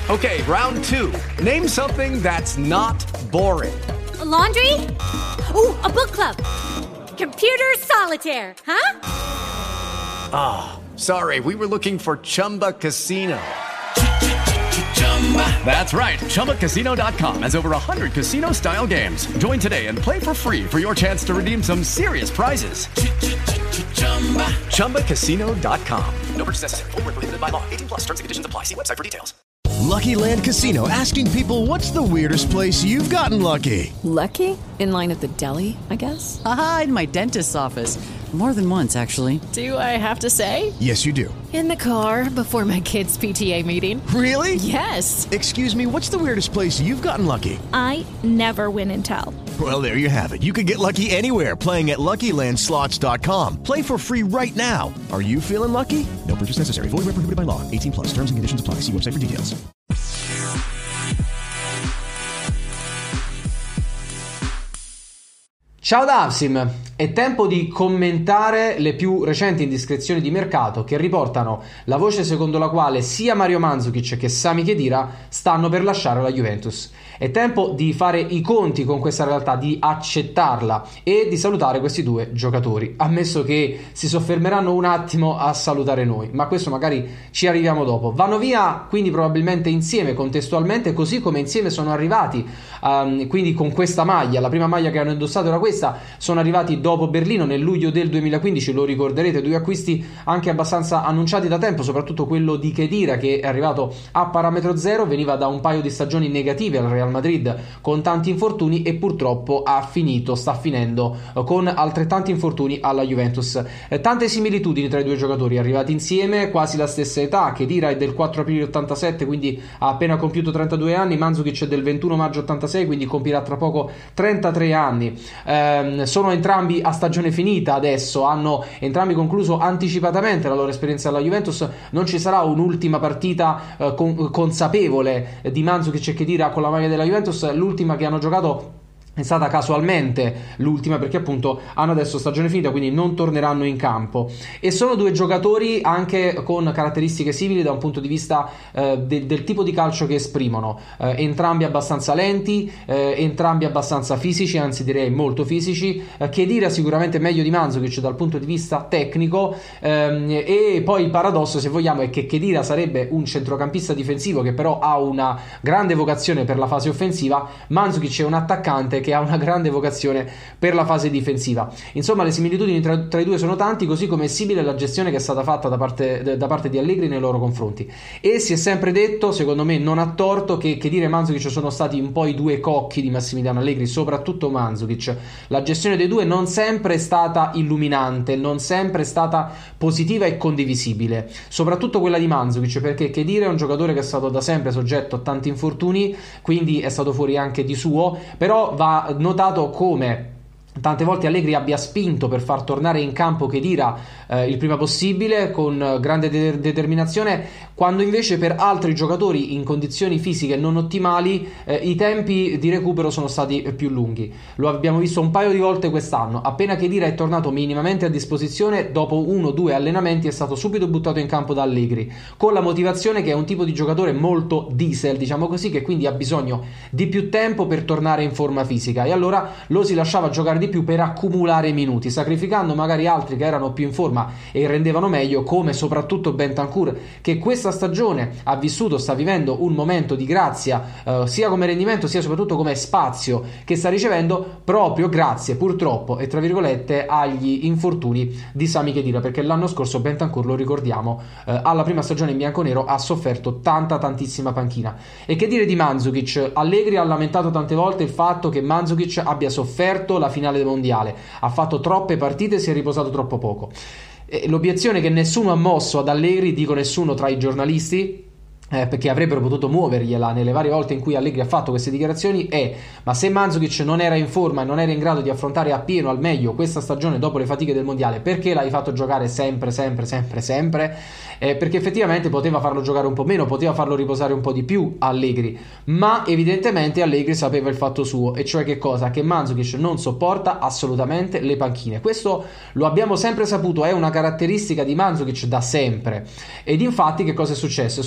Okay, round 2. Name something that's not boring. A laundry? Ooh, a book club. Computer solitaire, huh? Ah, sorry, we were looking for Chumba Casino. That's right, ChumbaCasino.com has over 100 casino-style games. Join today and play for free for your chance to redeem some serious prizes. ChumbaCasino.com. No purchase necessary. Void where prohibited by law. 18 plus. Terms and conditions apply. See website for details. Lucky Land Casino, asking people, what's the weirdest place you've gotten lucky? Lucky? In line at the deli, I guess? Aha, in my dentist's office. More than once, actually. Do I have to say? Yes, you do. In the car before my kids' PTA meeting. Really? Yes. Excuse me, what's the weirdest place you've gotten lucky? I never win and tell. Well, there you have it. You can get lucky anywhere, playing at LuckyLandSlots.com. Play for free right now. Are you feeling lucky? No purchase necessary. Void where prohibited by law. 18 plus. Terms and conditions apply. See website for details. Ciao da Avsim, è tempo di commentare le più recenti indiscrezioni di mercato che riportano la voce secondo la quale sia Mario Mandžukić che Sami Khedira stanno per lasciare la Juventus. È tempo di fare i conti con questa realtà, di accettarla e di salutare questi due giocatori, ammesso che si soffermeranno un attimo a salutare noi, ma questo magari ci arriviamo dopo. Vanno via quindi probabilmente insieme, contestualmente, così come insieme sono arrivati, quindi con questa maglia, la prima maglia che hanno indossato era questa, sono arrivati dopo Berlino nel luglio del 2015, lo ricorderete, due acquisti anche abbastanza annunciati da tempo, soprattutto quello di Khedira che è arrivato a parametro zero, veniva da un paio di stagioni negative al Real Madrid con tanti infortuni e purtroppo sta finendo con altrettanti infortuni alla Juventus. Tante similitudini tra i due giocatori, arrivati insieme, quasi la stessa età. Khedira è del 4 aprile 87, quindi ha appena compiuto 32 anni, Mandžukić è del 21 maggio 86, quindi compirà tra poco 33 anni. Sono entrambi a stagione finita adesso, hanno entrambi concluso anticipatamente la loro esperienza alla Juventus, non ci sarà un'ultima partita consapevole di Mandžukić e Khedira con la maglia della Juventus, l'ultima che hanno giocato è stata casualmente l'ultima perché appunto hanno adesso stagione finita, quindi non torneranno in campo, e sono due giocatori anche con caratteristiche simili da un punto di vista del tipo di calcio che esprimono, entrambi abbastanza lenti, entrambi abbastanza fisici, anzi direi molto fisici. Khedira sicuramente meglio di Mandžukić dal punto di vista tecnico, e poi il paradosso, se vogliamo, è che Khedira sarebbe un centrocampista difensivo che però ha una grande vocazione per la fase offensiva, Mandžukić è un attaccante che ha una grande vocazione per la fase difensiva. Insomma, le similitudini tra i due sono tanti, così come è simile la gestione che è stata fatta da parte di Allegri nei loro confronti. E si è sempre detto, secondo me non a torto, che Khedira e Mandžukić sono stati un po' i due cocchi di Massimiliano Allegri, soprattutto Mandžukić. La gestione dei due non sempre è stata illuminante, non sempre è stata positiva e condivisibile, soprattutto quella di Mandžukić, perché Khedira è un giocatore che è stato da sempre soggetto a tanti infortuni, quindi è stato fuori anche di suo, però va notato come tante volte Allegri abbia spinto per far tornare in campo Khedira il prima possibile con grande determinazione, quando invece per altri giocatori in condizioni fisiche non ottimali i tempi di recupero sono stati più lunghi. Lo abbiamo visto un paio di volte quest'anno. Appena Khedira è tornato minimamente a disposizione, dopo 1 o 2 allenamenti è stato subito buttato in campo da Allegri, con la motivazione che è un tipo di giocatore molto diesel, diciamo così, che quindi ha bisogno di più tempo per tornare in forma fisica, e allora lo si lasciava giocare di più per accumulare minuti, sacrificando magari altri che erano più in forma e rendevano meglio, come soprattutto Bentancur, che questa stagione sta vivendo un momento di grazia, sia come rendimento sia soprattutto come spazio che sta ricevendo, proprio grazie purtroppo e tra virgolette agli infortuni di Sami Khedira, perché l'anno scorso Bentancur, lo ricordiamo, alla prima stagione in bianconero ha sofferto tantissima panchina. E che dire di Mandžukić? Allegri ha lamentato tante volte il fatto che Mandžukić abbia sofferto la finale del mondiale, ha fatto troppe partite e si è riposato troppo poco. L'obiezione che nessuno ha mosso ad Allegri, dico nessuno tra i giornalisti, perché avrebbero potuto muovergliela nelle varie volte in cui Allegri ha fatto queste dichiarazioni, è: ma se Mandžukić non era in forma e non era in grado di affrontare appieno al meglio questa stagione dopo le fatiche del mondiale, perché l'hai fatto giocare sempre? Perché effettivamente poteva farlo giocare un po' meno, poteva farlo riposare un po' di più Allegri, ma evidentemente Allegri sapeva il fatto suo, e cioè che cosa? Che Mandžukić non sopporta assolutamente le panchine. Questo lo abbiamo sempre saputo, è una caratteristica di Mandžukić da sempre. Ed infatti che cosa è successo? È successo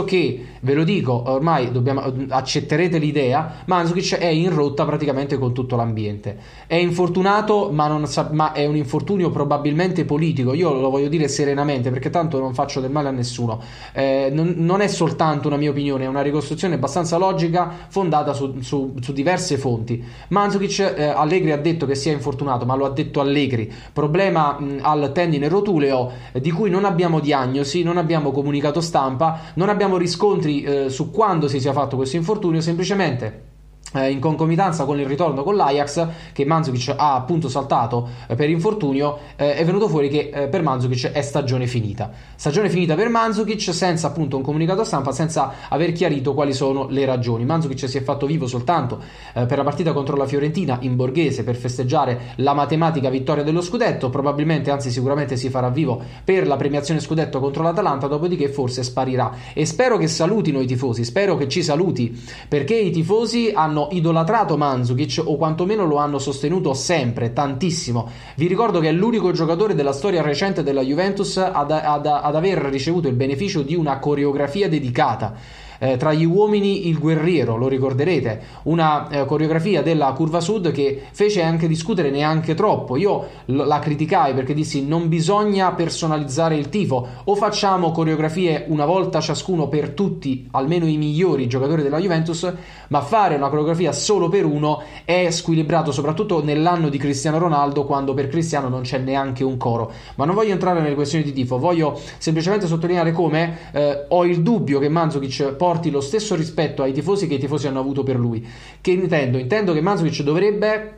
che, ve lo dico, ormai accetterete l'idea, Mandžukić è in rotta praticamente con tutto l'ambiente. È infortunato, ma è un infortunio probabilmente politico. Io lo voglio dire serenamente, perché tanto non faccio del male a nessuno. Non è soltanto una mia opinione, è una ricostruzione abbastanza logica, fondata su diverse fonti. Mandžukić, Allegri ha detto che si è infortunato, ma lo ha detto Allegri, problema al tendine rotuleo, di cui non abbiamo diagnosi, non abbiamo comunicato stampa, non abbiamo riscontri su quando si sia fatto questo infortunio. Semplicemente in concomitanza con il ritorno con l'Ajax, che Mandžukić ha appunto saltato per infortunio, è venuto fuori che per Mandžukić è stagione finita per Mandžukić, senza appunto un comunicato stampa, senza aver chiarito quali sono le ragioni. Mandžukić si è fatto vivo soltanto per la partita contro la Fiorentina in borghese, per festeggiare la matematica vittoria dello scudetto, probabilmente, anzi sicuramente si farà vivo per la premiazione scudetto contro l'Atalanta, dopodiché forse sparirà, e spero che salutino i tifosi, spero che ci saluti, perché i tifosi hanno idolatrato Mandžukić, o quantomeno lo hanno sostenuto sempre, tantissimo. Vi ricordo che è l'unico giocatore della storia recente della Juventus ad aver ricevuto il beneficio di una coreografia dedicata. Tra gli uomini il guerriero, lo ricorderete, una coreografia della Curva Sud che fece anche discutere neanche troppo. Io la criticai perché dissi: non bisogna personalizzare il tifo, o facciamo coreografie una volta ciascuno per tutti, almeno i migliori giocatori della Juventus, ma fare una coreografia solo per uno è squilibrato, soprattutto nell'anno di Cristiano Ronaldo, quando per Cristiano non c'è neanche un coro. Ma non voglio entrare nelle questioni di tifo, voglio semplicemente sottolineare come ho il dubbio che Mandžukić porti lo stesso rispetto ai tifosi che i tifosi hanno avuto per lui. Che intendo che Mandžukić dovrebbe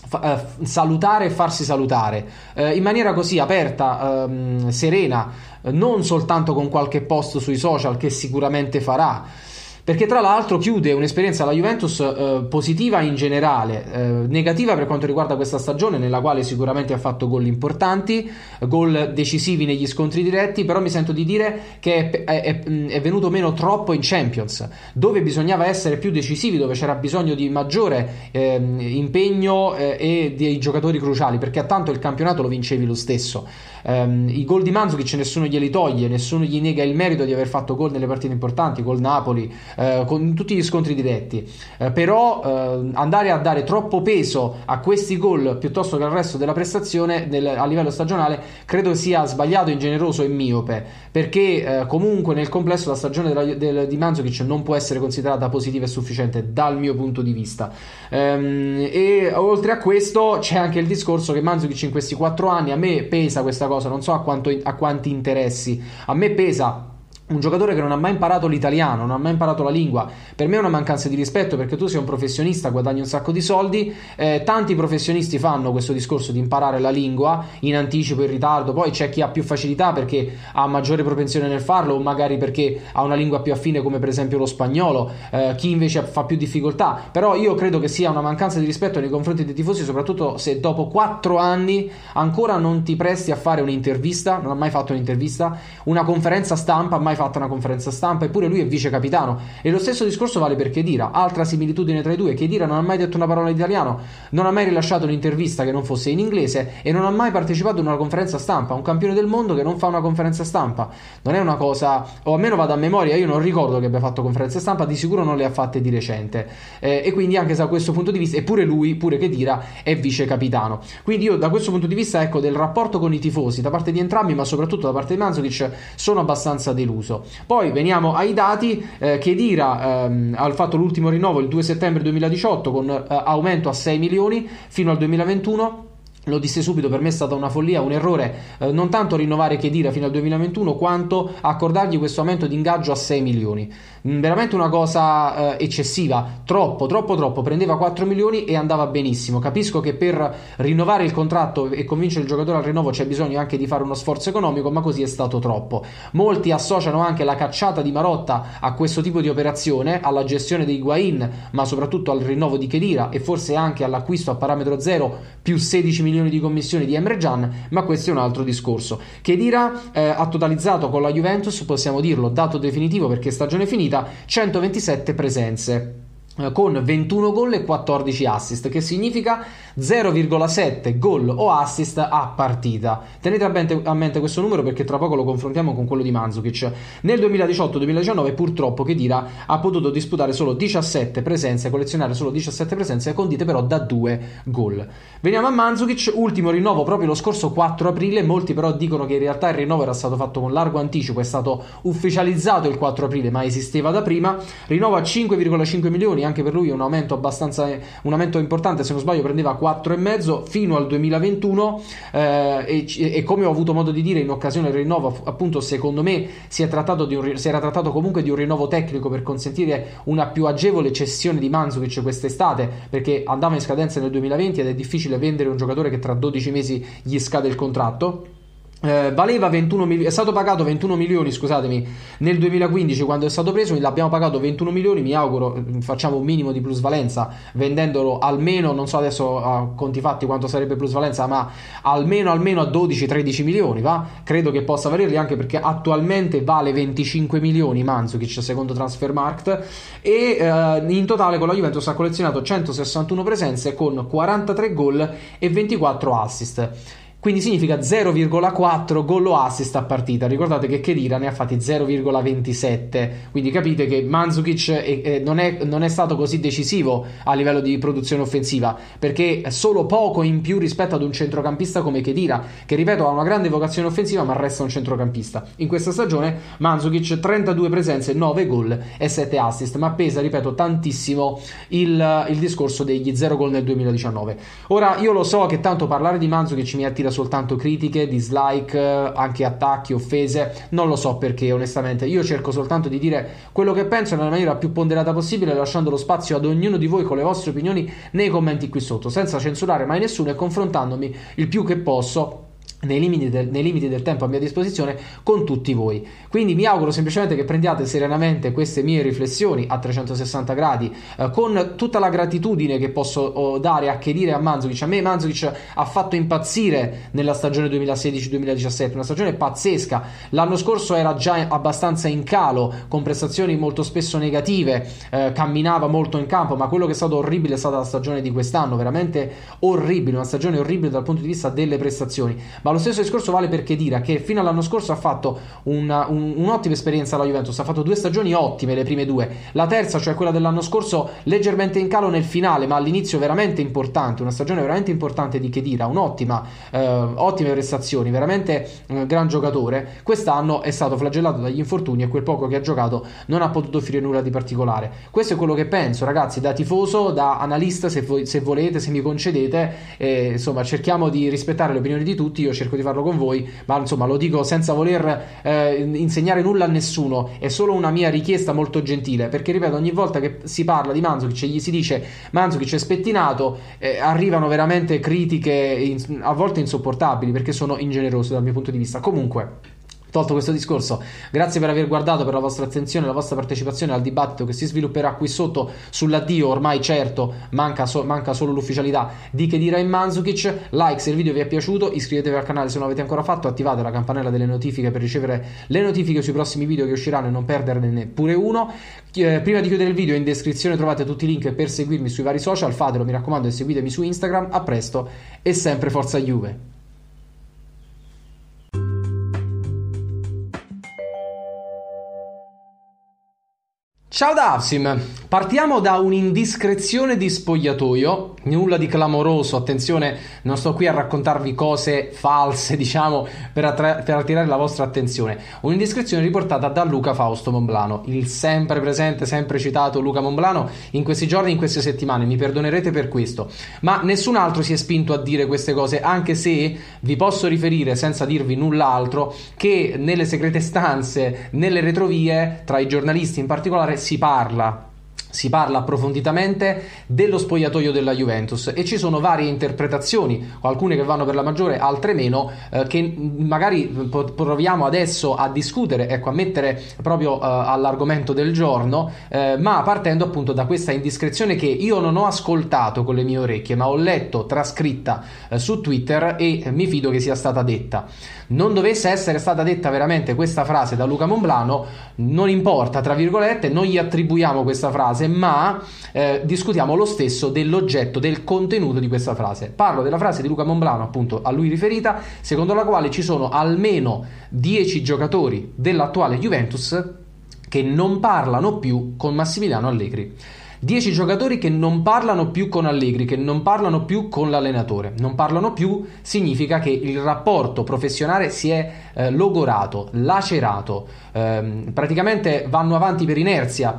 salutare e farsi salutare in maniera così aperta, serena, non soltanto con qualche post sui social, che sicuramente farà, perché tra l'altro chiude un'esperienza alla Juventus positiva in generale, negativa per quanto riguarda questa stagione, nella quale sicuramente ha fatto gol importanti, gol decisivi negli scontri diretti, però mi sento di dire che è venuto meno troppo in Champions, dove bisognava essere più decisivi, dove c'era bisogno di maggiore impegno e dei giocatori cruciali, perché a tanto il campionato lo vincevi lo stesso. I gol di Mandžukić nessuno glieli toglie, nessuno gli nega il merito di aver fatto gol nelle partite importanti, col Napoli, con tutti gli scontri diretti, però andare a dare troppo peso a questi gol piuttosto che al resto della prestazione a livello stagionale credo sia sbagliato, ingeneroso e miope, perché comunque nel complesso la stagione di Mandžukić non può essere considerata positiva e sufficiente dal mio punto di vista. E oltre a questo c'è anche il discorso che Mandžukić in questi 4 anni, a me pesa questa cosa, non so a quanti interessi, a me pesa un giocatore che non ha mai imparato l'italiano, non ha mai imparato la lingua. Per me è una mancanza di rispetto, perché tu sei un professionista, guadagni un sacco di soldi, tanti professionisti fanno questo discorso di imparare la lingua in anticipo, in ritardo, poi c'è chi ha più facilità perché ha maggiore propensione nel farlo, o magari perché ha una lingua più affine come per esempio lo spagnolo, chi invece fa più difficoltà. Però io credo che sia una mancanza di rispetto nei confronti dei tifosi, soprattutto se dopo 4 anni ancora non ti presti a fare un'intervista, non ha mai fatto un'intervista, una conferenza stampa, mai fatta una conferenza stampa, eppure lui è vice capitano. E lo stesso discorso vale per Khedira, altra similitudine tra i due. Khedira non ha mai detto una parola in italiano, non ha mai rilasciato un'intervista che non fosse in inglese e non ha mai partecipato a una conferenza stampa. Un campione del mondo che non fa una conferenza stampa non è una cosa, o almeno vado a memoria, io non ricordo che abbia fatto conferenze stampa, di sicuro non le ha fatte di recente, e quindi anche da questo punto di vista, eppure lui, pure Khedira, è vice capitano. Quindi io da questo punto di vista, ecco, del rapporto con i tifosi da parte di entrambi, ma soprattutto da parte di Mandžukić, sono abbastanza deluso. Poi veniamo ai dati. Khedira ha fatto l'ultimo rinnovo il 2 settembre 2018 con aumento a 6 milioni fino al 2021. Lo disse subito, per me è stata una follia, un errore, non tanto rinnovare Khedira fino al 2021 quanto accordargli questo aumento di ingaggio a 6 milioni. Veramente una cosa eccessiva, troppo, prendeva 4 milioni e andava benissimo. Capisco che per rinnovare il contratto e convincere il giocatore al rinnovo c'è bisogno anche di fare uno sforzo economico, ma così è stato troppo. Molti associano anche la cacciata di Marotta a questo tipo di operazione, alla gestione dei Higuaín, ma soprattutto al rinnovo di Khedira e forse anche all'acquisto a parametro zero più 16 milioni di commissioni di Emre Can, ma questo è un altro discorso. Khedira ha totalizzato con la Juventus, possiamo dirlo, dato definitivo perché stagione finita, 127 presenze con 21 gol e 14 assist, che significa 0,7 gol o assist a partita. Tenete a mente questo numero perché tra poco lo confrontiamo con quello di Mandžukić. Nel 2018-2019 purtroppo Khedira ha potuto disputare solo 17 presenze, collezionare solo 17 presenze condite però da 2 gol. Veniamo a Mandžukić, ultimo rinnovo proprio lo scorso 4 aprile, molti però dicono che in realtà il rinnovo era stato fatto con largo anticipo, è stato ufficializzato il 4 aprile ma esisteva da prima, rinnovo a 5,5 milioni, anche per lui un aumento importante, se non sbaglio prendeva 4,5 fino al 2021 e come ho avuto modo di dire in occasione del rinnovo, appunto secondo me si era trattato comunque di un rinnovo tecnico per consentire una più agevole cessione di Mandžukić quest'estate, perché andava in scadenza nel 2020 ed è difficile vendere un giocatore che tra 12 mesi gli scade il contratto. Valeva 21 milioni, è stato pagato 21 milioni, scusatemi, nel 2015 quando è stato preso, l'abbiamo pagato 21 milioni, mi auguro facciamo un minimo di plusvalenza vendendolo almeno, non so adesso a conti fatti quanto sarebbe plusvalenza, ma almeno a 12-13 milioni, va? Credo che possa valerli, anche perché attualmente vale 25 milioni Mandžukić secondo Transfermarkt e in totale con la Juventus ha collezionato 161 presenze con 43 gol e 24 assist. Quindi significa 0,4 gol o assist a partita. Ricordate che Khedira ne ha fatti 0,27, quindi capite che Mandžukić non è stato così decisivo a livello di produzione offensiva, perché è solo poco in più rispetto ad un centrocampista come Khedira, che ripeto ha una grande vocazione offensiva ma resta un centrocampista. In questa stagione Mandžukić 32 presenze, 9 gol e 7 assist, ma pesa, ripeto, tantissimo il discorso degli 0 gol nel 2019. Ora io lo so che tanto parlare di Mandžukić mi attira soltanto critiche, dislike, anche attacchi, offese, non lo so perché onestamente, io cerco soltanto di dire quello che penso nella maniera più ponderata possibile, lasciando lo spazio ad ognuno di voi con le vostre opinioni nei commenti qui sotto, senza censurare mai nessuno e confrontandomi il più che posso nei limiti del tempo a mia disposizione con tutti voi. Quindi mi auguro semplicemente che prendiate serenamente queste mie riflessioni a 360 gradi con tutta la gratitudine che posso dare a Khedira e a Mandžukić. A me Mandžukić ha fatto impazzire nella stagione 2016-2017, una stagione pazzesca. L'anno scorso era già abbastanza in calo, con prestazioni molto spesso negative, camminava molto in campo, ma quello che è stato orribile è stata la stagione di quest'anno, veramente orribile, una stagione orribile dal punto di vista delle prestazioni. Ma lo stesso discorso vale per Khedira, che fino all'anno scorso ha fatto un'ottima esperienza alla Juventus, ha fatto 2 stagioni ottime, le prime 2, la terza, cioè quella dell'anno scorso, leggermente in calo nel finale, ma all'inizio veramente importante, una stagione veramente importante di Khedira, ottime prestazioni, veramente gran giocatore. Quest'anno è stato flagellato dagli infortuni e quel poco che ha giocato non ha potuto offrire nulla di particolare. Questo è quello che penso, ragazzi, da tifoso, da analista, se volete, se mi concedete, insomma cerchiamo di rispettare le opinioni di tutti. Io cerco di farlo con voi, ma insomma lo dico senza voler insegnare nulla a nessuno, è solo una mia richiesta molto gentile, perché ripeto, ogni volta che si parla di Mandžukić e gli si dice Mandžukić è spettinato, arrivano veramente critiche a volte insopportabili, perché sono ingenerose dal mio punto di vista. Comunque, tolto questo discorso, grazie per aver guardato, per la vostra attenzione, la vostra partecipazione al dibattito che si svilupperà qui sotto sull'addio ormai certo, manca solo l'ufficialità di Khedira e Mandžukić. Like se il video vi è piaciuto, iscrivetevi al canale se non l'avete ancora fatto, attivate la campanella delle notifiche per ricevere le notifiche sui prossimi video che usciranno e non perderne neppure uno. Prima di chiudere il video, in descrizione trovate tutti i link per seguirmi sui vari social, fatelo mi raccomando, e seguitemi su Instagram. A presto e sempre forza Juve. Ciao da Avsim, partiamo da un'indiscrezione di spogliatoio, nulla di clamoroso, attenzione, non sto qui a raccontarvi cose false, diciamo, per attirare la vostra attenzione. Un'indiscrezione riportata da Luca Fausto Monblano, il sempre presente, sempre citato Luca Monblano in questi giorni, in queste settimane, mi perdonerete per questo, ma nessun altro si è spinto a dire queste cose, anche se vi posso riferire, senza dirvi null'altro, che nelle segrete stanze, nelle retrovie, tra i giornalisti in particolare, si parla approfonditamente dello spogliatoio della Juventus e ci sono varie interpretazioni, alcune che vanno per la maggiore, altre meno, che magari proviamo adesso a discutere, ecco, a mettere proprio all'argomento del giorno, ma partendo appunto da questa indiscrezione che io non ho ascoltato con le mie orecchie, ma ho letto trascritta su Twitter e mi fido che sia stata detta. non dovesse essere stata detta veramente questa frase da Luca Monblano, non importa, tra virgolette, non gli attribuiamo questa frase, ma discutiamo lo stesso dell'oggetto, del contenuto di questa frase. Parlo della frase di Luca Monblano, appunto a lui riferita, secondo la quale ci sono almeno 10 giocatori dell'attuale Juventus che non parlano più con Massimiliano Allegri. 10 giocatori che non parlano più con Allegri, che non parlano più con l'allenatore. Non parlano più significa che il rapporto professionale si è logorato, lacerato, praticamente vanno avanti per inerzia,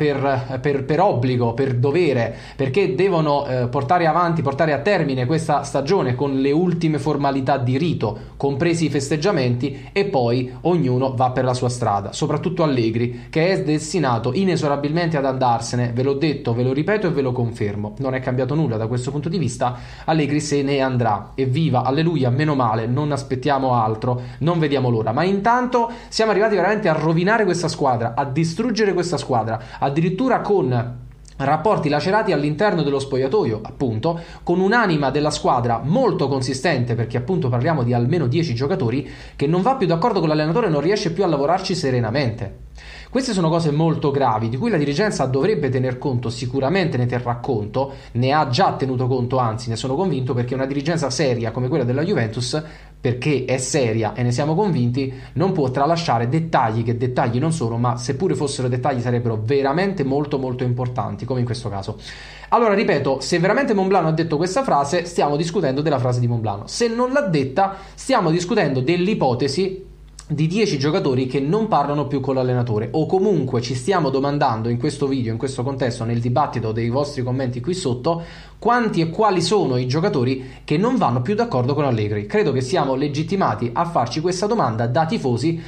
per obbligo, per dovere, perché devono portare a termine questa stagione con le ultime formalità di rito, compresi i festeggiamenti, e poi ognuno va per la sua strada, soprattutto Allegri, che è destinato inesorabilmente ad andarsene. Ve l'ho detto, ve lo ripeto e ve lo confermo, non è cambiato nulla da questo punto di vista. Allegri se ne andrà, evviva, alleluia, meno male, non aspettiamo altro, non vediamo l'ora. Ma intanto siamo arrivati veramente a rovinare questa squadra, a distruggere questa squadra, addirittura con rapporti lacerati all'interno dello spogliatoio, appunto, con un'anima della squadra molto consistente, perché appunto parliamo di almeno 10 giocatori, che non va più d'accordo con l'allenatore e non riesce più a lavorarci serenamente. Queste sono cose molto gravi, di cui la dirigenza dovrebbe tener conto, sicuramente ne terrà conto, ne ha già tenuto conto, anzi ne sono convinto, perché una dirigenza seria come quella della Juventus, perché è seria e ne siamo convinti, non può tralasciare dettagli che dettagli non sono, ma seppure fossero dettagli sarebbero veramente molto molto importanti, come in questo caso. Allora, ripeto, se veramente Monblano ha detto questa frase, stiamo discutendo della frase di Monblano. Se non l'ha detta, stiamo discutendo dell'ipotesi di 10 giocatori che non parlano più con l'allenatore, o comunque ci stiamo domandando in questo video, in questo contesto, nel dibattito dei vostri commenti qui sotto, quanti e quali sono i giocatori che non vanno più d'accordo con Allegri. Credo che siamo legittimati a farci questa domanda da tifosi,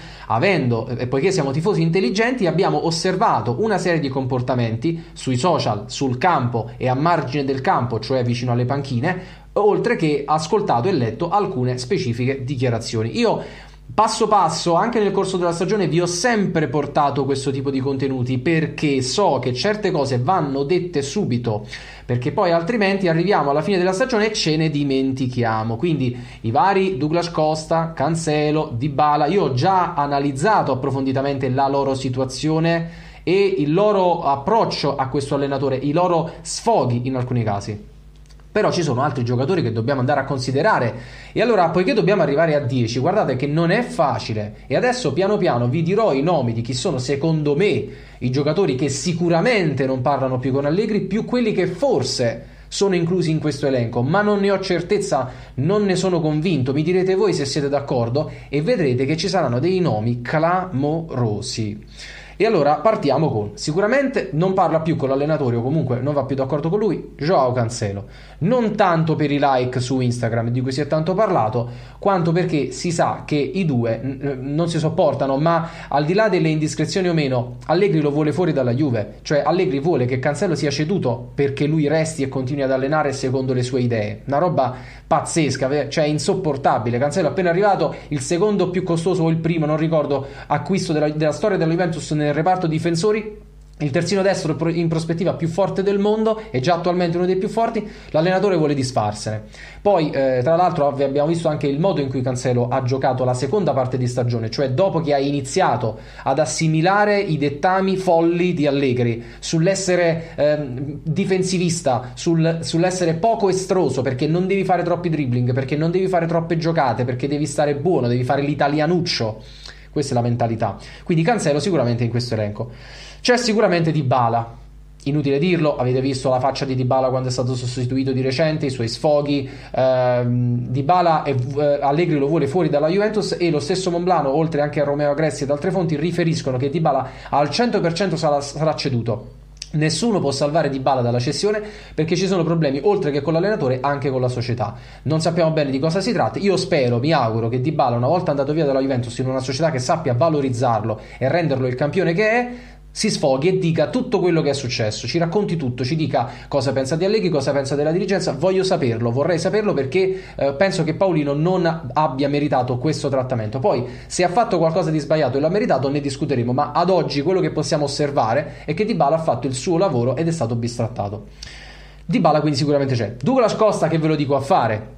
poiché siamo tifosi intelligenti, abbiamo osservato una serie di comportamenti sui social, sul campo e a margine del campo, cioè vicino alle panchine, oltre che ascoltato e letto alcune specifiche dichiarazioni. Io passo passo, anche nel corso della stagione, vi ho sempre portato questo tipo di contenuti, perché so che certe cose vanno dette subito, perché poi altrimenti arriviamo alla fine della stagione e ce ne dimentichiamo. Quindi i vari Douglas Costa, Cancelo, Dybala, io ho già analizzato approfonditamente la loro situazione e il loro approccio a questo allenatore, i loro sfoghi in alcuni casi. Però ci sono altri giocatori che dobbiamo andare a considerare, e allora, poiché dobbiamo arrivare a 10, guardate che non è facile, e adesso piano piano vi dirò i nomi di chi sono secondo me i giocatori che sicuramente non parlano più con Allegri, più quelli che forse sono inclusi in questo elenco, ma non ne ho certezza, non ne sono convinto. Mi direte voi se siete d'accordo e vedrete che ci saranno dei nomi clamorosi. E allora partiamo con, sicuramente non parla più con l'allenatore, o comunque non va più d'accordo con lui, Joao Cancelo. Non tanto per i like su Instagram, di cui si è tanto parlato, quanto perché si sa che i due non si sopportano, ma al di là delle indiscrezioni o meno, Allegri lo vuole fuori dalla Juve. Cioè Allegri vuole che Cancelo sia ceduto perché lui resti e continui ad allenare secondo le sue idee. Una roba pazzesca, cioè insopportabile. Cancelo appena arrivato, il secondo più costoso o il primo, non ricordo, acquisto della storia della Juventus nel reparto difensori, il terzino destro in prospettiva più forte del mondo, è già attualmente uno dei più forti. L'allenatore vuole disfarsene. Poi tra l'altro abbiamo visto anche il modo in cui Cancelo ha giocato la seconda parte di stagione, cioè dopo che ha iniziato ad assimilare i dettami folli di Allegri sull'essere difensivista, sull'essere poco estroso, perché non devi fare troppi dribbling, perché non devi fare troppe giocate, perché devi stare buono, devi fare l'italianuccio. Questa è la mentalità. Quindi Cancelo sicuramente in questo elenco. C'è sicuramente Dybala, inutile dirlo, avete visto la faccia di Dybala quando è stato sostituito di recente, i suoi sfoghi. Dybala Allegri lo vuole fuori dalla Juventus, e lo stesso Monblano, oltre anche a Romeo Agressi ed altre fonti, riferiscono che Dybala al 100% sarà ceduto. Nessuno può salvare Dybala dalla cessione, perché ci sono problemi oltre che con l'allenatore anche con la società. Non sappiamo bene di cosa si tratta. Io spero, mi auguro che Dybala, una volta andato via dalla Juventus, in una società che sappia valorizzarlo e renderlo il campione che è, si sfoghi e dica tutto quello che è successo, ci racconti tutto, ci dica cosa pensa di Allegri, cosa pensa della dirigenza. Voglio saperlo, vorrei saperlo, perché penso che Paolino non abbia meritato questo trattamento. Poi se ha fatto qualcosa di sbagliato e l'ha meritato, ne discuteremo, ma ad oggi quello che possiamo osservare è che Dybala ha fatto il suo lavoro ed è stato bistrattato. Dybala quindi sicuramente c'è. Douglas Costa, che ve lo dico a fare?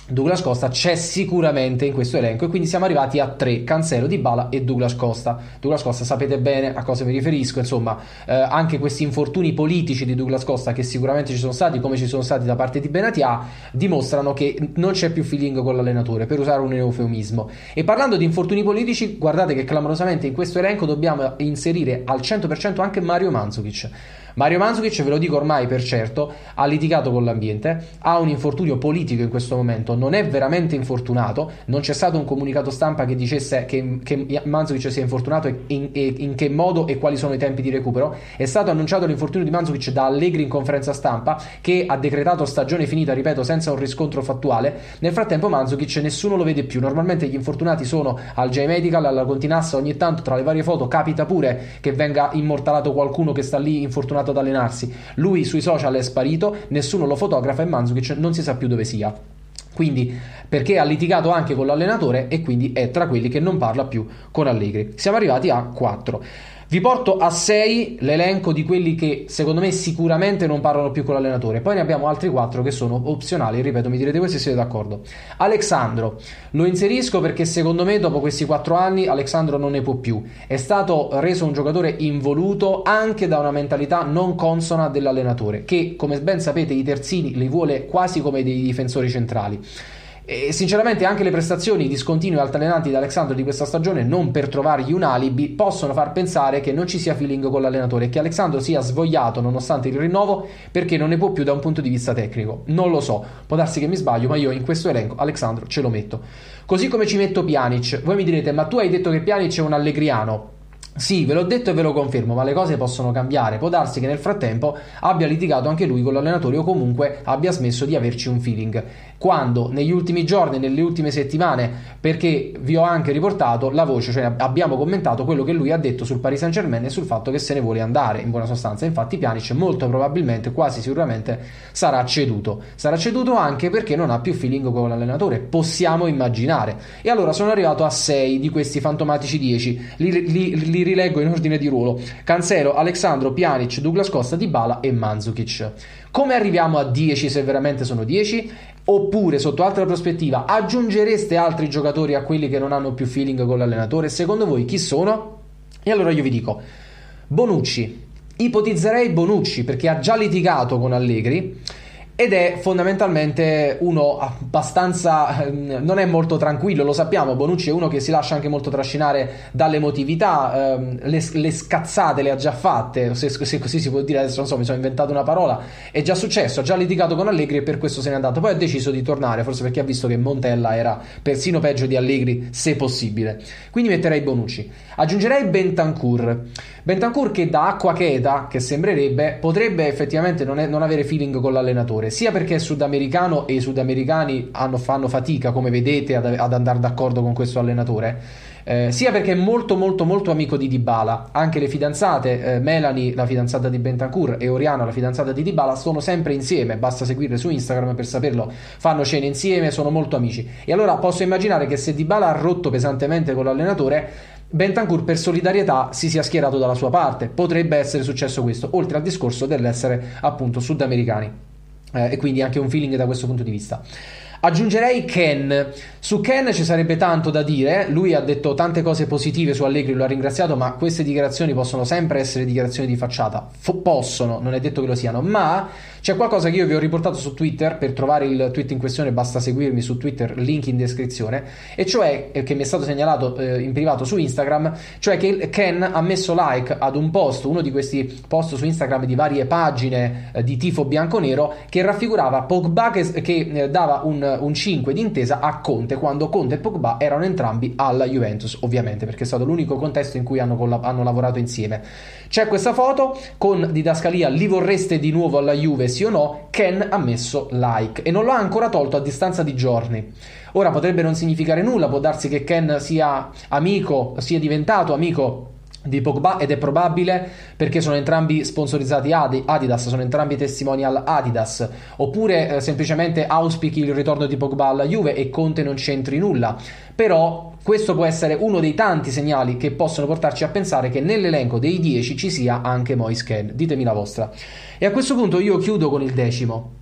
Douglas Costa c'è sicuramente in questo elenco, e quindi siamo arrivati a 3: Cancelo, Dybala e Douglas Costa. Douglas Costa sapete bene a cosa mi riferisco, insomma, anche questi infortuni politici di Douglas Costa, che sicuramente ci sono stati, come ci sono stati da parte di Benatia, dimostrano che non c'è più feeling con l'allenatore, per usare un eufemismo. E parlando di infortuni politici, guardate che clamorosamente in questo elenco dobbiamo inserire al 100% anche Mario Mandžukić. Mario Mandžukić, ve lo dico ormai per certo, ha litigato con l'ambiente, ha un infortunio politico in questo momento, non è veramente infortunato, non c'è stato un comunicato stampa che dicesse che Mandžukić sia infortunato e in che modo e quali sono i tempi di recupero. È stato annunciato l'infortunio di Mandžukić da Allegri in conferenza stampa, che ha decretato stagione finita, ripeto, senza un riscontro fattuale. Nel frattempo Mandžukić nessuno lo vede più, normalmente gli infortunati sono al J-Medical, alla Continassa, ogni tanto tra le varie foto capita pure che venga immortalato qualcuno che sta lì infortunato ad allenarsi. Lui sui social è sparito, nessuno lo fotografa e Mandžukić non si sa più dove sia. Quindi, perché ha litigato anche con l'allenatore e quindi è tra quelli che non parla più con Allegri. Siamo arrivati a 4. Vi porto a 6 l'elenco di quelli che secondo me sicuramente non parlano più con l'allenatore. Poi ne abbiamo altri 4 che sono opzionali, ripeto, mi direte voi se siete d'accordo. Alexandro lo inserisco perché secondo me dopo questi 4 anni Alexandro non ne può più. È stato reso un giocatore involuto anche da una mentalità non consona dell'allenatore, che come ben sapete i terzini li vuole quasi come dei difensori centrali. E sinceramente anche le prestazioni discontinue e altalenanti di Alexandro di questa stagione, non per trovargli un alibi, possono far pensare che non ci sia feeling con l'allenatore e che Alexandro sia svogliato nonostante il rinnovo perché non ne può più da un punto di vista tecnico. Non lo so, può darsi che mi sbaglio, ma io in questo elenco Alexandro ce lo metto. Così come ci metto Pjanic. Voi mi direte, ma tu hai detto che Pjanic è un allegriano. Sì, ve l'ho detto e ve lo confermo, ma le cose possono cambiare. Può darsi che nel frattempo abbia litigato anche lui con l'allenatore o comunque abbia smesso di averci un feeling. Quando negli ultimi giorni, nelle ultime settimane, perché vi ho anche riportato la voce, cioè abbiamo commentato quello che lui ha detto sul Paris Saint-Germain e sul fatto che se ne vuole andare, in buona sostanza. Infatti Pjanic molto probabilmente, quasi sicuramente, sarà ceduto. Sarà ceduto anche perché non ha più feeling con l'allenatore, possiamo immaginare. E allora sono arrivato a 6 di questi fantomatici 10, li rileggo in ordine di ruolo: Cancelo, Alexandro, Pjanic, Douglas Costa, Dybala e Mandžukić. Come arriviamo a 10 se veramente sono 10? Oppure, sotto altra prospettiva, aggiungereste altri giocatori a quelli che non hanno più feeling con l'allenatore? Secondo voi chi sono? E allora io vi dico Bonucci. Ipotizzerei Bonucci perché ha già litigato con Allegri ed è fondamentalmente uno abbastanza, non è molto tranquillo, lo sappiamo. Bonucci è uno che si lascia anche molto trascinare dall'emotività, le scazzate le ha già fatte, se così si può dire. Adesso non so, mi sono inventato una parola. È già successo, ha già litigato con Allegri e per questo se n'è andato. Poi ha deciso di tornare, forse perché ha visto che Montella era persino peggio di Allegri, se possibile. Quindi metterei Bonucci. Aggiungerei Bentancur che da acqua cheta, che sembrerebbe, potrebbe effettivamente non avere feeling con l'allenatore, sia perché è sudamericano e i sudamericani fanno fatica, come vedete, ad andare d'accordo con questo allenatore, sia perché è molto molto molto amico di Dybala. Anche le fidanzate, Melanie, la fidanzata di Bentancur, e Oriana, la fidanzata di Dybala, sono sempre insieme, basta seguirle su Instagram per saperlo, fanno cene insieme, sono molto amici. E allora posso immaginare che se Dybala ha rotto pesantemente con l'allenatore, Bentancur per solidarietà si sia schierato dalla sua parte. Potrebbe essere successo questo, oltre al discorso dell'essere appunto sudamericani, e quindi anche un feeling da questo punto di vista. Aggiungerei Ken. Su Ken ci sarebbe tanto da dire. Lui ha detto tante cose positive su Allegri, lo ha ringraziato, ma queste dichiarazioni possono sempre essere dichiarazioni di facciata. Possono, non è detto che lo siano, ma c'è qualcosa che io vi ho riportato su Twitter. Per trovare il tweet in questione basta seguirmi su Twitter, link in descrizione, e cioè che mi è stato segnalato in privato su Instagram, cioè che Ken ha messo like ad un post, uno di questi post su Instagram di varie pagine di tifo bianconero, che raffigurava Pogba che dava un 5 di intesa a Conte, quando Conte e Pogba erano entrambi alla Juventus, ovviamente perché è stato l'unico contesto in cui hanno lavorato insieme. C'è questa foto con didascalia: li vorreste di nuovo alla Juve, sì o no? Ken ha messo like e non lo ha ancora tolto a distanza di giorni. Ora potrebbe non significare nulla, può darsi che Ken sia diventato amico di Pogba, ed è probabile perché sono entrambi sponsorizzati Adidas, sono entrambi testimonial Adidas, oppure semplicemente auspichi il ritorno di Pogba alla Juve e Conte non c'entri nulla. Però questo può essere uno dei tanti segnali che possono portarci a pensare che nell'elenco dei 10 ci sia anche Moise Kean. Ditemi la vostra. E a questo punto io chiudo con il 10.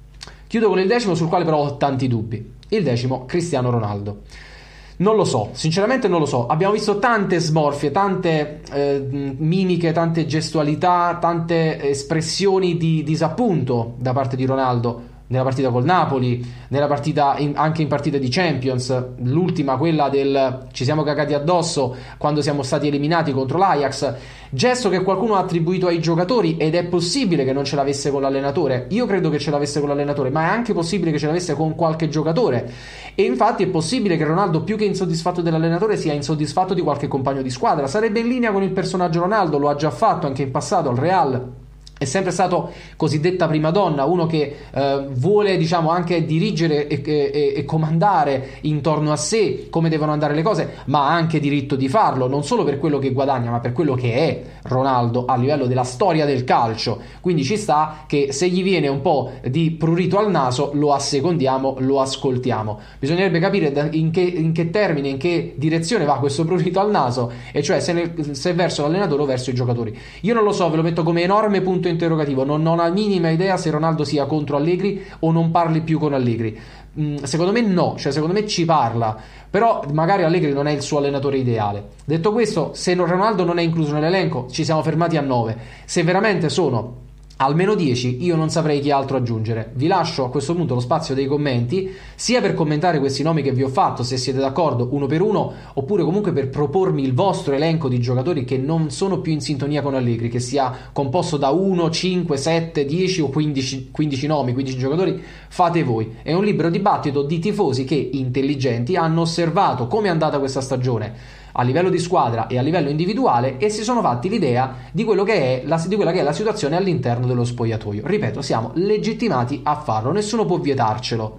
Chiudo con il decimo, sul quale però ho tanti dubbi. Il decimo, Cristiano Ronaldo. Non lo so, sinceramente non lo so. Abbiamo visto tante smorfie, tante mimiche, tante gestualità, tante espressioni di disappunto da parte di Ronaldo nella partita col Napoli, nella partita anche in partita di Champions, l'ultima, quella del ci siamo cagati addosso quando siamo stati eliminati contro l'Ajax, gesto che qualcuno ha attribuito ai giocatori, ed è possibile che non ce l'avesse con l'allenatore. Io credo che ce l'avesse con l'allenatore, ma è anche possibile che ce l'avesse con qualche giocatore, e infatti è possibile che Ronaldo, più che insoddisfatto dell'allenatore, sia insoddisfatto di qualche compagno di squadra. Sarebbe in linea con il personaggio Ronaldo, lo ha già fatto anche in passato al Real. È sempre stato cosiddetta prima donna, uno che vuole, diciamo, anche dirigere e comandare intorno a sé come devono andare le cose, ma ha anche diritto di farlo, non solo per quello che guadagna, ma per quello che è Ronaldo a livello della storia del calcio. Quindi ci sta che se gli viene un po' di prurito al naso lo assecondiamo, lo ascoltiamo. Bisognerebbe capire in che termine, in che direzione va questo prurito al naso, e cioè se è verso l'allenatore o verso i giocatori. Io non lo so, ve lo metto come enorme punto interrogativo. Non ho la minima idea se Ronaldo sia contro Allegri o non parli più con Allegri. Secondo me no, cioè secondo me ci parla, però magari Allegri non è il suo allenatore ideale. Detto questo, se Ronaldo non è incluso nell'elenco, ci siamo fermati a 9. Se veramente sono almeno 10, io non saprei chi altro aggiungere. Vi lascio a questo punto lo spazio dei commenti, sia per commentare questi nomi che vi ho fatto, se siete d'accordo, uno per uno, oppure comunque per propormi il vostro elenco di giocatori che non sono più in sintonia con Allegri, che sia composto da 1, 5, 7, 10 o 15 nomi, 15 giocatori. Fate voi. È un libero dibattito di tifosi che, intelligenti, hanno osservato come è andata questa stagione a livello di squadra e a livello individuale, e si sono fatti l'idea di quello che è di quella che è la situazione all'interno dello spogliatoio. Ripeto, siamo legittimati a farlo, nessuno può vietarcelo,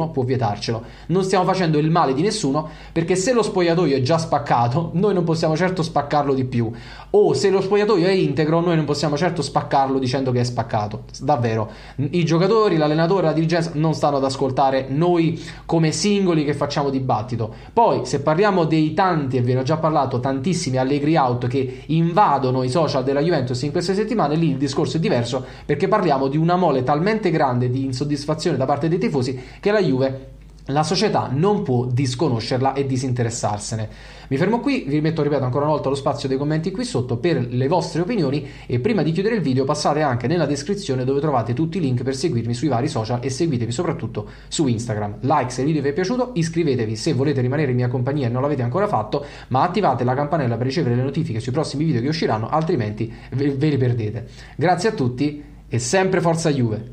non stiamo facendo il male di nessuno, perché se lo spogliatoio è già spaccato, noi non possiamo certo spaccarlo di più, o se lo spogliatoio è integro, noi non possiamo certo spaccarlo dicendo che è spaccato. Davvero, i giocatori, l'allenatore, la dirigenza non stanno ad ascoltare noi come singoli che facciamo dibattito. Poi se parliamo dei tanti, e ve ne ho già parlato, tantissimi Allegri out che invadono i social della Juventus in queste settimane, lì il discorso è diverso, perché parliamo di una mole talmente grande di insoddisfazione da parte dei tifosi che la Juve, la società, non può disconoscerla e disinteressarsene. Mi fermo qui, vi rimetto, ripeto ancora una volta, lo spazio dei commenti qui sotto per le vostre opinioni, e prima di chiudere il video passate anche nella descrizione dove trovate tutti i link per seguirmi sui vari social, e seguitevi soprattutto su Instagram. Like se il video vi è piaciuto, iscrivetevi se volete rimanere in mia compagnia e non l'avete ancora fatto, ma attivate la campanella per ricevere le notifiche sui prossimi video che usciranno, altrimenti ve li perdete. Grazie a tutti e sempre forza Juve!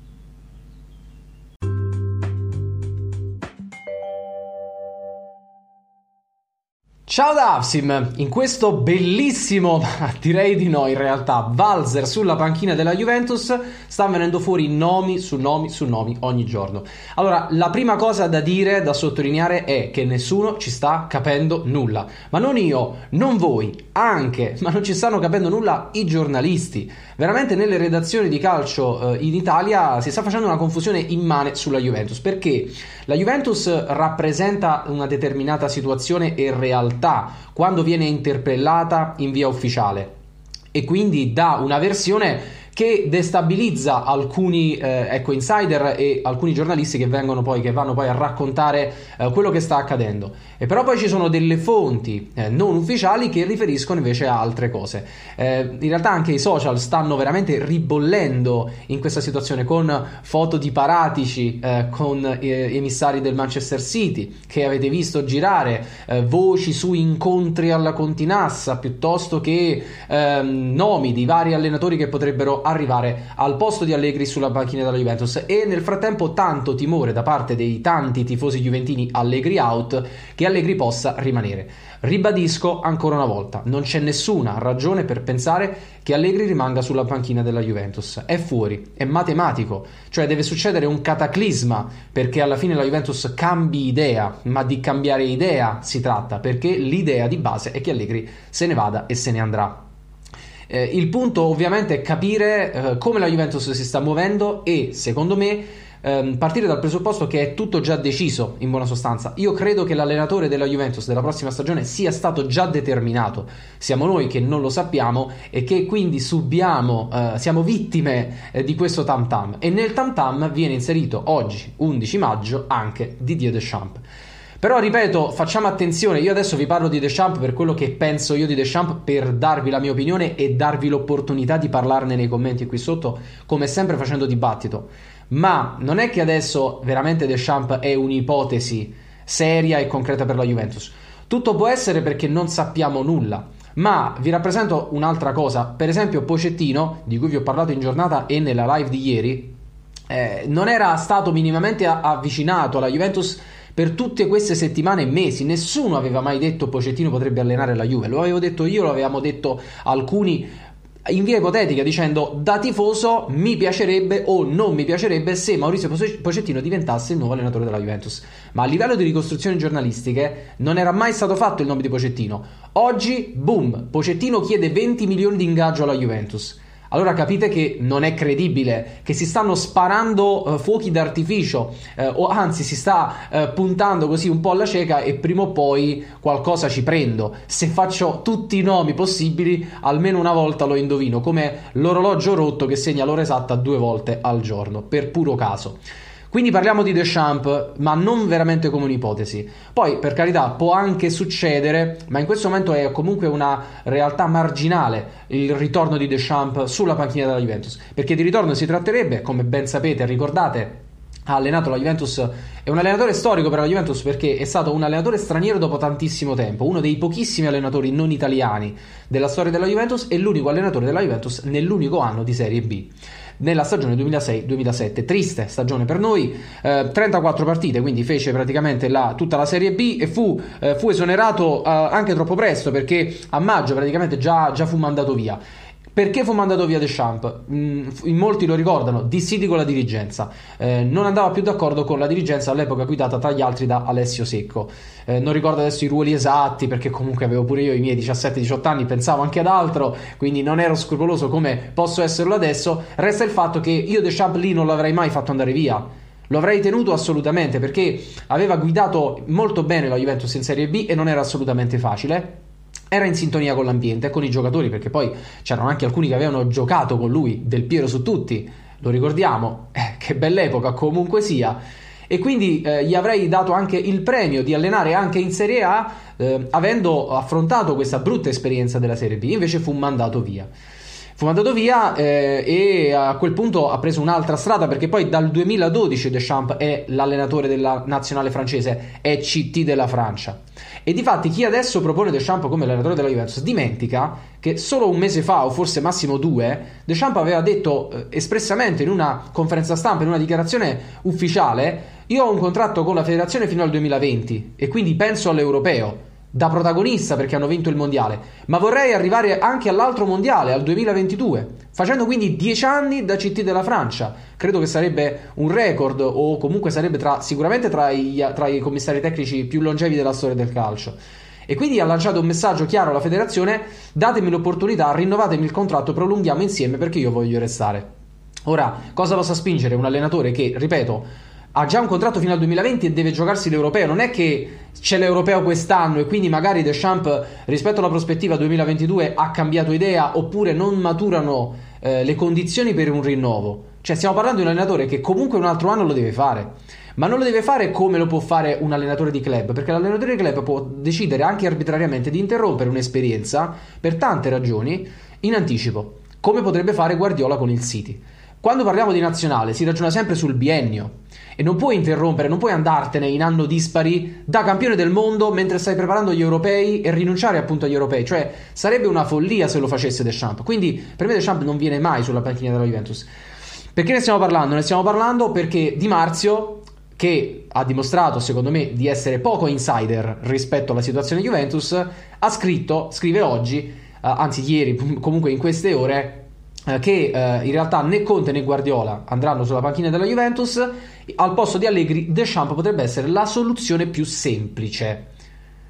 Ciao da Avsim, in questo bellissimo, direi di no in realtà, valzer sulla panchina della Juventus stanno venendo fuori nomi su nomi su nomi ogni giorno. Allora, la prima cosa da dire, da sottolineare, è che nessuno ci sta capendo nulla, ma non io, non voi, anche, ma non ci stanno capendo nulla i giornalisti. Veramente nelle redazioni di calcio in Italia si sta facendo una confusione immane sulla Juventus, perché la Juventus rappresenta una determinata situazione e realtà quando viene interpellata in via ufficiale, e quindi dà una versione che destabilizza alcuni insider e alcuni giornalisti che vanno poi a raccontare quello che sta accadendo. E però poi ci sono delle fonti non ufficiali che riferiscono invece a altre cose. In realtà anche i social stanno veramente ribollendo in questa situazione, con foto di Paratici con emissari del Manchester City che avete visto girare, voci su incontri alla Continassa, piuttosto che nomi di vari allenatori che potrebbero arrivare al posto di Allegri sulla panchina della Juventus. E nel frattempo tanto timore da parte dei tanti tifosi juventini Allegri out che Allegri possa rimanere. Ribadisco ancora una volta, non c'è nessuna ragione per pensare che Allegri rimanga sulla panchina della Juventus. È fuori, è matematico, cioè deve succedere un cataclisma perché alla fine la Juventus cambi idea, ma di cambiare idea si tratta, perché l'idea di base è che Allegri se ne vada e se ne andrà. Il punto ovviamente è capire come la Juventus si sta muovendo, e secondo me partire dal presupposto che è tutto già deciso, in buona sostanza. Io credo che l'allenatore della Juventus della prossima stagione sia stato già determinato. Siamo noi che non lo sappiamo e che quindi subiamo, siamo vittime di questo tam tam. E nel tam tam viene inserito oggi, 11 maggio, anche Didier Deschamps. Però ripeto, facciamo attenzione, io adesso vi parlo di Deschamps per quello che penso io di Deschamps, per darvi la mia opinione e darvi l'opportunità di parlarne nei commenti qui sotto, come sempre facendo dibattito. Ma non è che adesso veramente Deschamps è un'ipotesi seria e concreta per la Juventus. Tutto può essere perché non sappiamo nulla. Ma vi rappresento un'altra cosa. Per esempio Pochettino, di cui vi ho parlato in giornata e nella live di ieri, non era stato minimamente avvicinato alla Juventus per tutte queste settimane e mesi. Nessuno aveva mai detto Pochettino potrebbe allenare la Juve. Lo avevo detto io, lo avevamo detto alcuni in via ipotetica, dicendo da tifoso mi piacerebbe o non mi piacerebbe se Maurizio Pochettino diventasse il nuovo allenatore della Juventus. Ma a livello di ricostruzioni giornalistiche non era mai stato fatto il nome di Pochettino. Oggi, boom, Pochettino chiede 20 milioni di ingaggio alla Juventus. Allora capite che non è credibile, che si stanno sparando fuochi d'artificio, o anzi si sta puntando così un po' alla cieca, e prima o poi qualcosa ci prendo. Se faccio tutti i nomi possibili, almeno una volta lo indovino, come l'orologio rotto che segna l'ora esatta 2 volte al giorno, per puro caso. Quindi parliamo di Deschamps, ma non veramente come un'ipotesi. Poi, per carità, può anche succedere, ma in questo momento è comunque una realtà marginale il ritorno di Deschamps sulla panchina della Juventus, perché di ritorno si tratterebbe, come ben sapete, ricordate, ha allenato la Juventus, è un allenatore storico per la Juventus perché è stato un allenatore straniero dopo tantissimo tempo, uno dei pochissimi allenatori non italiani della storia della Juventus e l'unico allenatore della Juventus nell'unico anno di Serie B. Nella stagione 2006-2007, triste stagione per noi, 34 partite, quindi fece praticamente tutta la Serie B e fu esonerato anche troppo presto, perché a maggio praticamente già fu mandato via. Perché fu mandato via Deschamps? In molti lo ricordano, dissidi con la dirigenza, non andava più d'accordo con la dirigenza all'epoca guidata tra gli altri da Alessio Secco. Non ricordo adesso i ruoli esatti, perché comunque avevo pure io i miei 17-18 anni, pensavo anche ad altro, quindi non ero scrupoloso come posso esserlo adesso. Resta il fatto che io Deschamps lì non l'avrei mai fatto andare via. Lo avrei tenuto assolutamente, perché aveva guidato molto bene la Juventus in Serie B e non era assolutamente facile. Era in sintonia con l'ambiente e con i giocatori, perché poi c'erano anche alcuni che avevano giocato con lui, Del Piero su tutti, lo ricordiamo, che bell'epoca comunque sia, e quindi gli avrei dato anche il premio di allenare anche in Serie A, avendo affrontato questa brutta esperienza della Serie B. Invece fu mandato via. E a quel punto ha preso un'altra strada, perché poi dal 2012 Deschamps è l'allenatore della nazionale francese, è CT della Francia. E difatti chi adesso propone Deschamps come allenatore della Juventus dimentica che solo un mese fa, o forse massimo 2, Deschamps aveva detto espressamente in una conferenza stampa, in una dichiarazione ufficiale: io ho un contratto con la federazione fino al 2020 e quindi penso all'europeo da protagonista, perché hanno vinto il mondiale, ma vorrei arrivare anche all'altro mondiale, al 2022, facendo quindi 10 anni da CT della Francia. Credo che sarebbe un record, o comunque sarebbe sicuramente tra i commissari tecnici più longevi della storia del calcio. E quindi ha lanciato un messaggio chiaro alla federazione: datemi l'opportunità, rinnovatemi il contratto, prolunghiamo insieme perché io voglio restare. Ora, cosa possa spingere un allenatore che, ripeto, ha già un contratto fino al 2020 e deve giocarsi l'europeo? Non è che c'è l'europeo quest'anno e quindi magari Deschamps rispetto alla prospettiva 2022 ha cambiato idea, oppure non maturano le condizioni per un rinnovo. Cioè stiamo parlando di un allenatore che comunque un altro anno lo deve fare, ma non lo deve fare come lo può fare un allenatore di club, perché l'allenatore di club può decidere anche arbitrariamente di interrompere un'esperienza per tante ragioni in anticipo, come potrebbe fare Guardiola con il City. Quando parliamo di nazionale si ragiona sempre sul biennio e non puoi interrompere, non puoi andartene in anno dispari da campione del mondo mentre stai preparando gli europei e rinunciare appunto agli europei. Cioè sarebbe una follia se lo facesse Deschamps. Quindi per me Deschamps non viene mai sulla panchina della Juventus. Perché ne stiamo parlando? Ne stiamo parlando perché Di Marzio, che ha dimostrato secondo me di essere poco insider rispetto alla situazione Juventus, scrive oggi, anzi ieri, comunque in queste ore, che in realtà né Conte né Guardiola andranno sulla panchina della Juventus. Al posto di Allegri, Deschamps potrebbe essere la soluzione più semplice.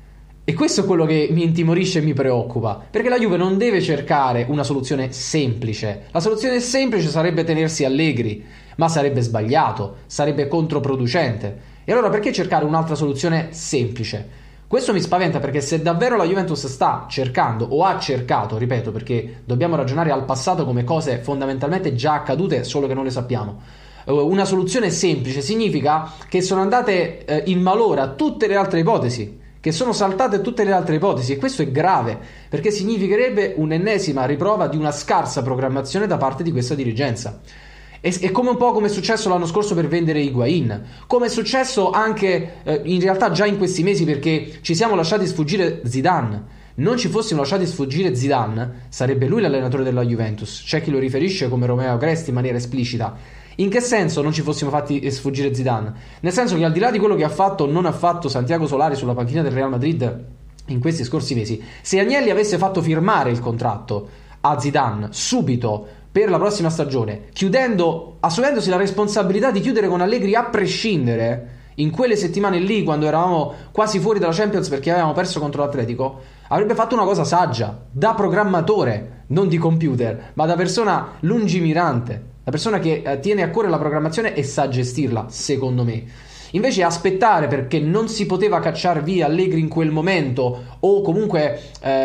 E questo è quello che mi intimorisce e mi preoccupa, perché la Juve non deve cercare una soluzione semplice. La soluzione semplice sarebbe tenersi Allegri, ma sarebbe sbagliato, sarebbe controproducente. E allora perché cercare un'altra soluzione semplice? Questo mi spaventa, perché se davvero la Juventus sta cercando o ha cercato, ripeto, perché dobbiamo ragionare al passato come cose fondamentalmente già accadute, solo che non le sappiamo, una soluzione semplice significa che sono andate in malora tutte le altre ipotesi, che sono saltate tutte le altre ipotesi, e questo è grave, perché significherebbe un'ennesima riprova di una scarsa programmazione da parte di questa dirigenza. È come un po' come è successo l'anno scorso per vendere Higuain, come è successo anche in realtà già in questi mesi, perché ci siamo lasciati sfuggire Zidane. Non ci fossimo lasciati sfuggire Zidane, sarebbe lui l'allenatore della Juventus. C'è chi lo riferisce come Romeo Agresti in maniera esplicita. In che senso non ci fossimo fatti sfuggire Zidane? Nel senso che al di là di quello che ha fatto o non ha fatto Santiago Solari sulla panchina del Real Madrid in questi scorsi mesi, se Agnelli avesse fatto firmare il contratto a Zidane subito per la prossima stagione, assumendosi la responsabilità di chiudere con Allegri a prescindere, in quelle settimane lì quando eravamo quasi fuori dalla Champions perché avevamo perso contro l'Atletico, avrebbe fatto una cosa saggia, da programmatore, non di computer, ma da persona lungimirante, la persona che tiene a cuore la programmazione e sa gestirla, secondo me. Invece aspettare, perché non si poteva cacciare via Allegri in quel momento, o comunque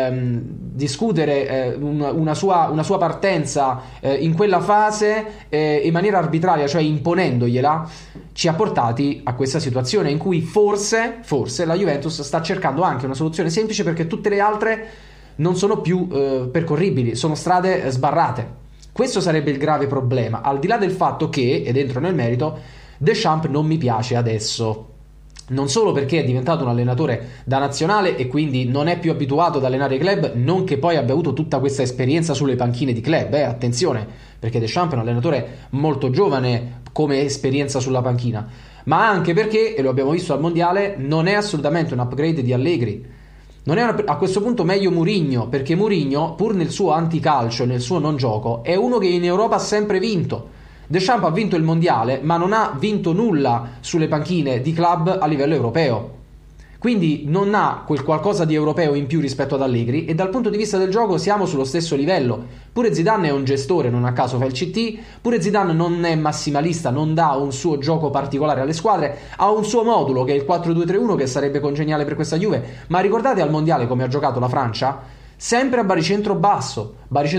discutere una sua partenza in quella fase in maniera arbitraria, cioè imponendogliela, ci ha portati a questa situazione in cui forse la Juventus sta cercando anche una soluzione semplice, perché tutte le altre non sono più percorribili, sono strade sbarrate. Questo sarebbe il grave problema, al di là del fatto che, ed entro nel merito, Deschamps non mi piace adesso. Non solo perché è diventato un allenatore da nazionale e quindi non è più abituato ad allenare i club, non che poi abbia avuto tutta questa esperienza sulle panchine di club, attenzione, perché Deschamps è un allenatore molto giovane come esperienza sulla panchina, ma anche perché, e lo abbiamo visto al Mondiale, non è assolutamente un upgrade di Allegri. Non è a questo punto meglio Mourinho, perché Mourinho, pur nel suo anticalcio e nel suo non gioco, è uno che in Europa ha sempre vinto. Deschamps ha vinto il mondiale, ma non ha vinto nulla sulle panchine di club a livello europeo. Quindi non ha quel qualcosa di europeo in più rispetto ad Allegri, e dal punto di vista del gioco siamo sullo stesso livello. Pure Zidane è un gestore, non a caso fa il CT, pure Zidane non è massimalista, non dà un suo gioco particolare alle squadre, ha un suo modulo che è il 4-2-3-1 che sarebbe congeniale per questa Juve, ma ricordate al mondiale come ha giocato la Francia? Sempre a baricentro basso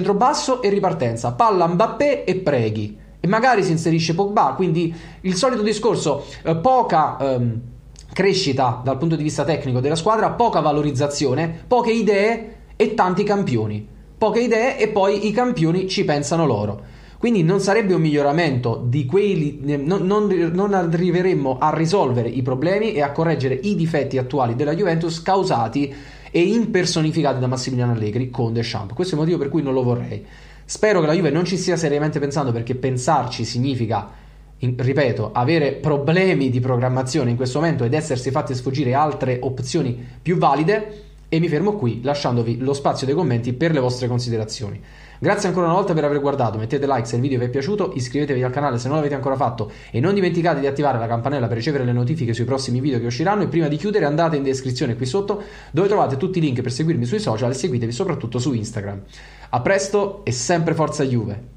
e ripartenza, palla Mbappé e preghi, e magari si inserisce Pogba, quindi il solito discorso, poca crescita dal punto di vista tecnico della squadra, poca valorizzazione, poche idee e tanti campioni. Poche idee e poi i campioni ci pensano loro. Quindi non sarebbe un miglioramento di quelli, non arriveremmo a risolvere i problemi e a correggere i difetti attuali della Juventus causati e impersonificati da Massimiliano Allegri con Deschamps. Questo è il motivo per cui non lo vorrei. Spero che la Juve non ci stia seriamente pensando, perché pensarci significa, ripeto, avere problemi di programmazione in questo momento ed essersi fatti sfuggire altre opzioni più valide. E mi fermo qui, lasciandovi lo spazio dei commenti per le vostre considerazioni. Grazie ancora una volta per aver guardato, mettete like se il video vi è piaciuto, iscrivetevi al canale se non l'avete ancora fatto e non dimenticate di attivare la campanella per ricevere le notifiche sui prossimi video che usciranno. E prima di chiudere andate in descrizione qui sotto, dove trovate tutti i link per seguirmi sui social, e seguitevi soprattutto su Instagram. A presto e sempre forza Juve!